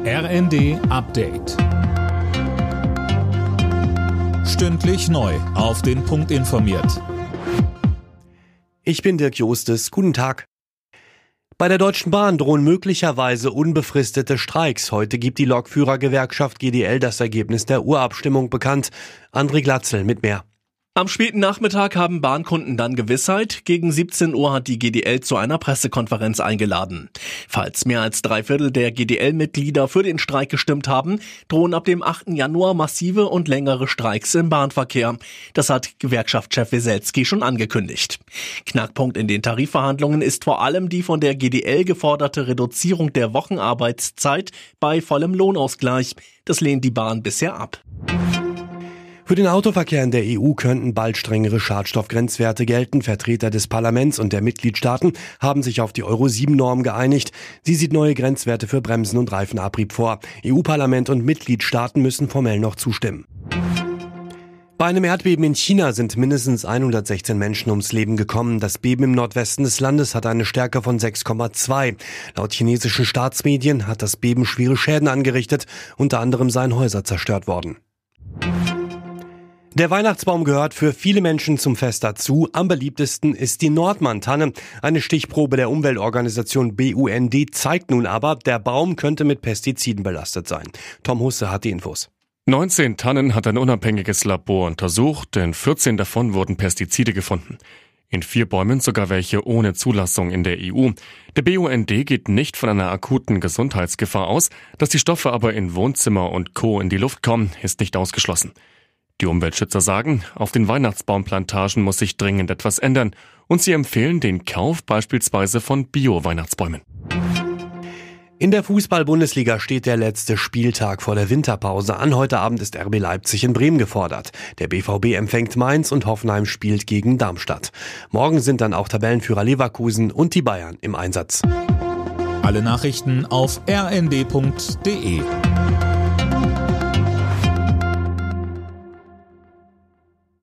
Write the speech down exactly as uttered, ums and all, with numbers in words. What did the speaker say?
R N D Update. Stündlich neu auf den Punkt informiert. Ich bin Dirk Jostes. Guten Tag. Bei der Deutschen Bahn drohen möglicherweise unbefristete Streiks. Heute gibt die Lokführergewerkschaft G D L das Ergebnis der Urabstimmung bekannt. André Glatzel mit mehr. Am späten Nachmittag haben Bahnkunden dann Gewissheit. Gegen siebzehn Uhr hat die G D L zu einer Pressekonferenz eingeladen. Falls mehr als drei Viertel der G D L-Mitglieder für den Streik gestimmt haben, drohen ab dem achten Januar massive und längere Streiks im Bahnverkehr. Das hat Gewerkschaftschef Weselski schon angekündigt. Knackpunkt in den Tarifverhandlungen ist vor allem die von der G D L geforderte Reduzierung der Wochenarbeitszeit bei vollem Lohnausgleich. Das lehnt die Bahn bisher ab. Für den Autoverkehr in der E U könnten bald strengere Schadstoffgrenzwerte gelten. Vertreter des Parlaments und der Mitgliedstaaten haben sich auf die Euro sieben Norm geeinigt. Sie sieht neue Grenzwerte für Bremsen und Reifenabrieb vor. E U-Parlament und Mitgliedstaaten müssen formell noch zustimmen. Bei einem Erdbeben in China sind mindestens hundertsechzehn Menschen ums Leben gekommen. Das Beben im Nordwesten des Landes hat eine Stärke von sechs Komma zwei. Laut chinesischen Staatsmedien hat das Beben schwere Schäden angerichtet. Unter anderem seien Häuser zerstört worden. Der Weihnachtsbaum gehört für viele Menschen zum Fest dazu. Am beliebtesten ist die Nordmann-Tanne. Eine Stichprobe der Umweltorganisation B U N D zeigt nun aber, der Baum könnte mit Pestiziden belastet sein. Tom Husse hat die Infos. neunzehn Tannen hat ein unabhängiges Labor untersucht, in vierzehn davon wurden Pestizide gefunden. In vier Bäumen sogar welche ohne Zulassung in der E U. Der B U N D geht nicht von einer akuten Gesundheitsgefahr aus, dass die Stoffe aber in Wohnzimmer und Co. in die Luft kommen, ist nicht ausgeschlossen. Die Umweltschützer sagen, auf den Weihnachtsbaumplantagen muss sich dringend etwas ändern und sie empfehlen den Kauf beispielsweise von Bio-Weihnachtsbäumen. In der Fußball-Bundesliga steht der letzte Spieltag vor der Winterpause an. Heute Abend ist R B Leipzig in Bremen gefordert. Der B V B empfängt Mainz und Hoffenheim spielt gegen Darmstadt. Morgen sind dann auch Tabellenführer Leverkusen und die Bayern im Einsatz. Alle Nachrichten auf r n d punkt d e.